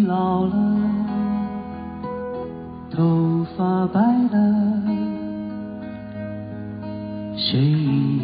你老了，头发白了，睡意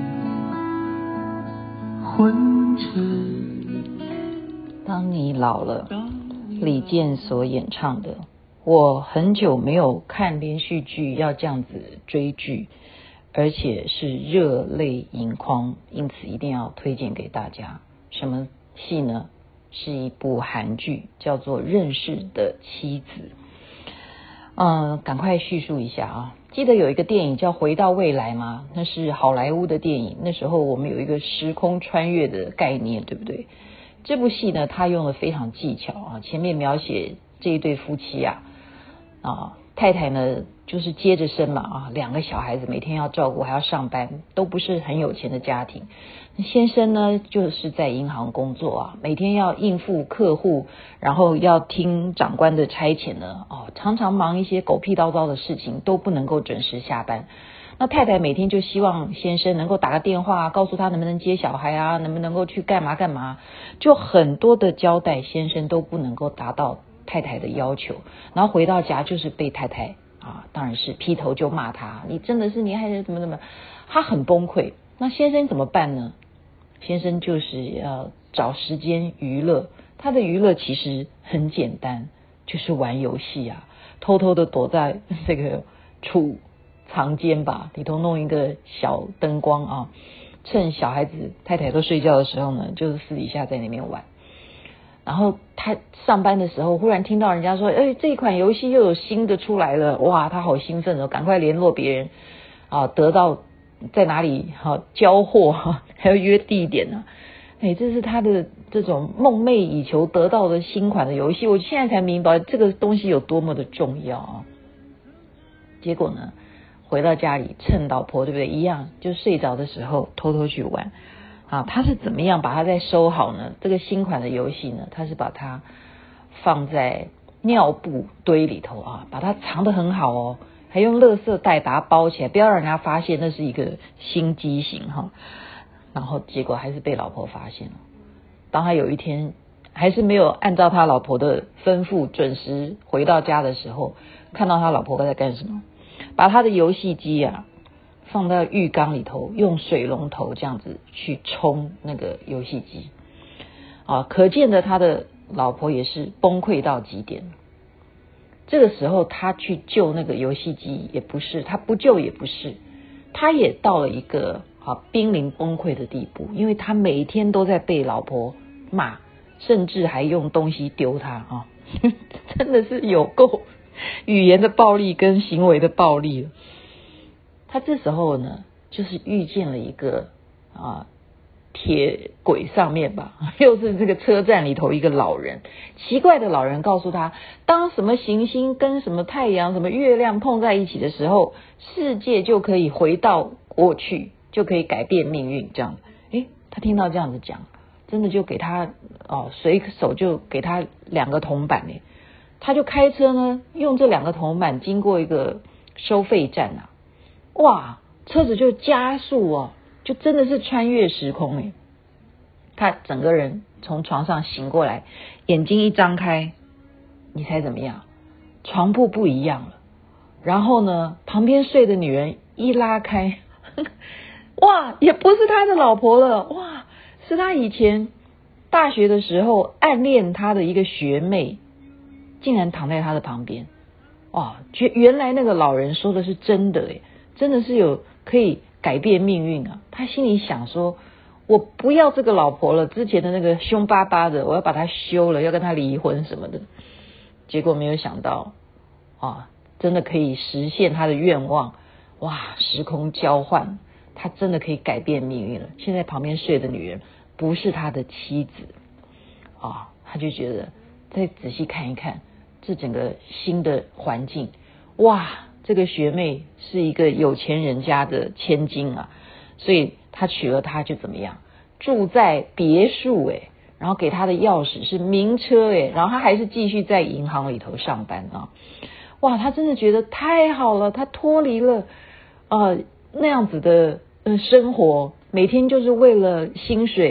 昏沉。 当你老了，李健所演唱的。我很久没有看连续剧，要这样子追剧，而且是热泪盈眶，因此一定要推荐给大家。什么戏呢？是一部韩剧，叫做《认识的妻子》。赶快叙述一下啊！记得有一个电影叫《回到未来》吗？那是好莱坞的电影，那时候我们有一个时空穿越的概念，对不对？这部戏呢，它用的非常技巧啊，前面描写这一对夫妻太太呢就是接着生嘛2个小孩子每天要照顾，还要上班，都不是很有钱的家庭。先生呢就是在银行工作每天要应付客户，然后要听长官的差遣呢常常忙一些狗屁叨叨的事情，都不能够准时下班。那太太每天就希望先生能够打个电话，告诉他能不能接小孩能不能够去干嘛干嘛，就很多的交代，先生都不能够达到太太的要求，然后回到家就是被太太当然是劈头就骂他，你真的是你害人怎么，他很崩溃。那先生怎么办呢？先生就是要找时间娱乐，他的娱乐其实很简单，就是玩游戏偷偷的躲在这个储藏间吧，里头弄一个小灯光趁小孩子太太都睡觉的时候呢，就是私底下在那边玩。然后他上班的时候忽然听到人家说这一款游戏又有新的出来了，哇，他好兴奋赶快联络别人得到在哪里交货还要约地点这是他的这种梦寐以求得到的新款的游戏，我现在才明白这个东西有多么的重要结果呢，回到家里趁老婆对不对一样，就睡着的时候偷偷去玩他是怎么样把它再收好呢？这个新款的游戏呢，他是把它放在尿布堆里头把它藏得很好还用垃圾袋把它包起来，不要让人家发现那是一个新机型然后结果还是被老婆发现了。当他有一天还是没有按照他老婆的吩咐准时回到家的时候，看到他老婆在干什么，把他的游戏机放到浴缸里头，用水龙头这样子去冲那个游戏机可见的他的老婆也是崩溃到极点。这个时候他去救那个游戏机也不是，他不救也不是，他也到了一个濒临崩溃的地步，因为他每天都在被老婆骂，甚至还用东西丢他真的是有够语言的暴力跟行为的暴力了。他这时候呢就是遇见了一个铁轨上面吧，又是这个车站里头一个老人，奇怪的老人告诉他，当什么行星跟什么太阳什么月亮碰在一起的时候，世界就可以回到过去，就可以改变命运这样。他听到这样子讲，真的就给他随手就给他2个铜板他就开车呢，用这2个铜板经过一个收费站哇，车子就加速就真的是穿越时空他整个人从床上醒过来，眼睛一张开，你猜怎么样？床铺不一样了，然后呢旁边睡的女人一拉开哇，也不是他的老婆了，哇，是他以前大学的时候暗恋他的一个学妹，竟然躺在他的旁边。哇，原来那个老人说的是真的真的是有可以改变命运他心里想说，我不要这个老婆了，之前的那个凶巴巴的，我要把他休了，要跟他离婚什么的。结果没有想到真的可以实现他的愿望，哇，时空交换，他真的可以改变命运了。现在旁边睡的女人不是他的妻子他就觉得再仔细看一看这整个新的环境，哇，这个学妹是一个有钱人家的千金所以他娶了她就怎么样，住在别墅然后给她的钥匙是名车然后他还是继续在银行里头上班哇，他真的觉得太好了，他脱离了那样子的生活，每天就是为了薪水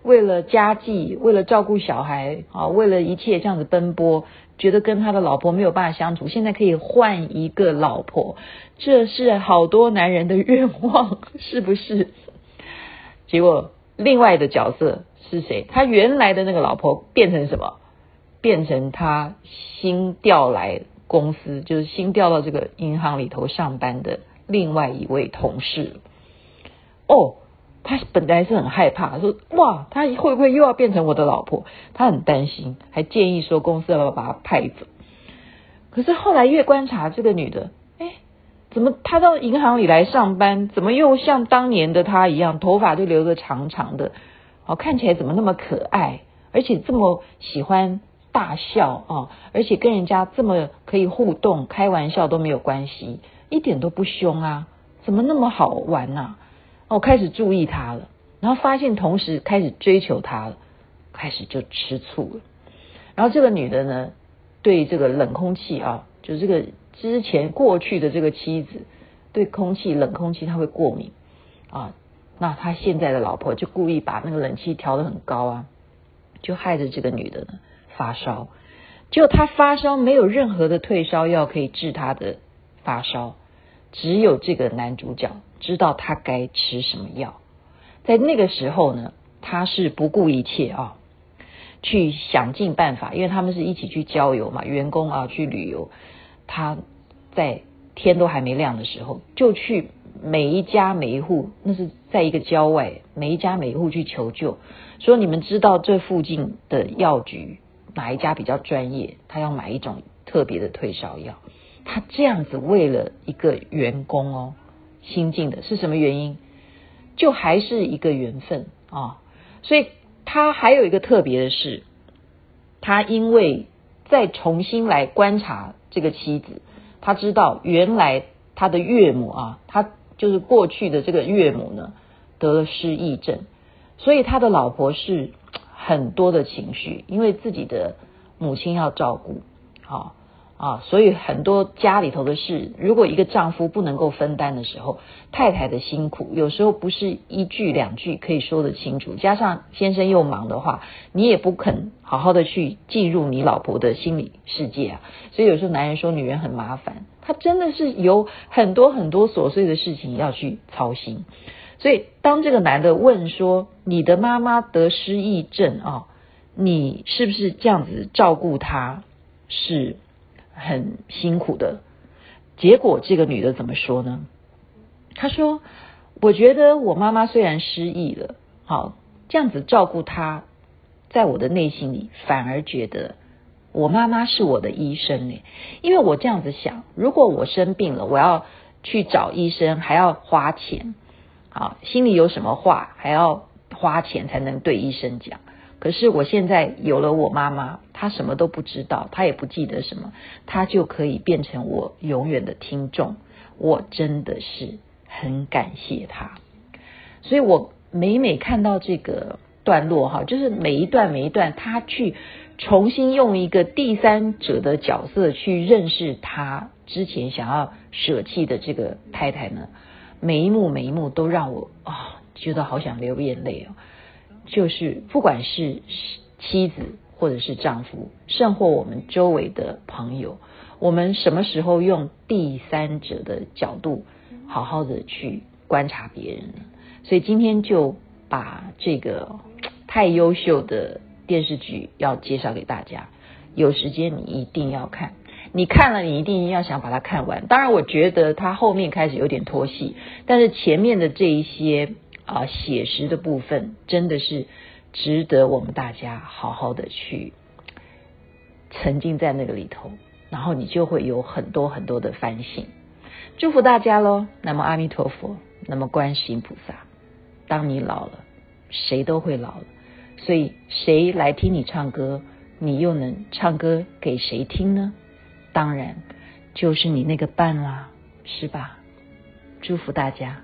为了家计，为了照顾小孩啊，为了一切这样子奔波，觉得跟他的老婆没有办法相处，现在可以换一个老婆，这是好多男人的愿望，是不是？结果另外的角色是谁？他原来的那个老婆变成什么？变成他新调来公司，就是新调到这个银行里头上班的另外一位同事。他本来是很害怕，说哇，他会不会又要变成我的老婆？他很担心，还建议说公司要不要把他派走。可是后来越观察这个女的，怎么她到银行里来上班，怎么又像当年的她一样，头发就留得长长的，看起来怎么那么可爱，而且这么喜欢大笑而且跟人家这么可以互动，开玩笑都没有关系，一点都不凶啊，怎么那么好玩啊？开始注意他了，然后发现同时开始追求他了，开始就吃醋了。然后这个女的呢，对这个冷空气就这个之前过去的这个妻子，对冷空气她会过敏那他现在的老婆就故意把那个冷气调得很高就害着这个女的呢发烧。结果她发烧没有任何的退烧药可以治她的发烧，只有这个男主角知道他该吃什么药。在那个时候呢，他是不顾一切去想尽办法，因为他们是一起去郊游嘛，员工去旅游。他在天都还没亮的时候，就去每一家每一户，那是在一个郊外，每一家每一户去求救，说你们知道这附近的药局哪一家比较专业，他要买一种特别的退烧药。他这样子为了一个员工心境的是什么原因？就还是一个缘分所以他还有一个特别的是，他因为再重新来观察这个妻子，他知道原来他的岳母他就是过去的这个岳母呢得了失忆症，所以他的老婆是很多的情绪，因为自己的母亲要照顾所以很多家里头的事，如果一个丈夫不能够分担的时候，太太的辛苦有时候不是一句两句可以说得清楚，加上先生又忙的话，你也不肯好好的去进入你老婆的心理世界所以有时候男人说女人很麻烦，他真的是有很多很多琐碎的事情要去操心。所以当这个男的问说，你的妈妈得失忆症你是不是这样子照顾她是很辛苦的？结果这个女的怎么说呢？她说，我觉得我妈妈虽然失忆了，这样子照顾她，在我的内心里反而觉得我妈妈是我的医生因为我这样子想，如果我生病了，我要去找医生还要花钱心里有什么话还要花钱才能对医生讲，可是我现在有了我妈妈，她什么都不知道，她也不记得什么，她就可以变成我永远的听众，我真的是很感谢她。所以我每每看到这个段落就是每一段她去重新用一个第三者的角色去认识她之前想要舍弃的这个太太呢，每一幕都让我觉得好想流眼泪就是不管是妻子或者是丈夫，甚或我们周围的朋友，我们什么时候用第三者的角度好好的去观察别人呢？所以今天就把这个太优秀的电视剧要介绍给大家，有时间你一定要看，你看了你一定要想把它看完。当然我觉得它后面开始有点拖戏，但是前面的这一些写实的部分真的是值得我们大家好好的去沉浸在那个里头，然后你就会有很多很多的反省。祝福大家咯。那么阿弥陀佛，那么观世音菩萨，当你老了，谁都会老了，所以谁来听你唱歌，你又能唱歌给谁听呢？当然就是你那个伴啦，是吧？祝福大家。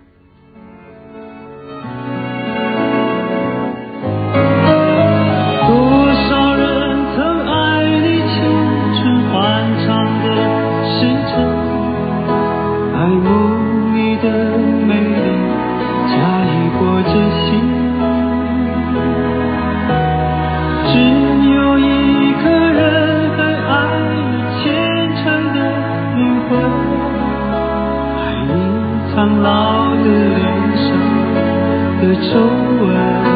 多少人曾爱你青春欢畅的时辰，爱慕你的美丽，假意裹着心。 苍老的脸上的皱纹。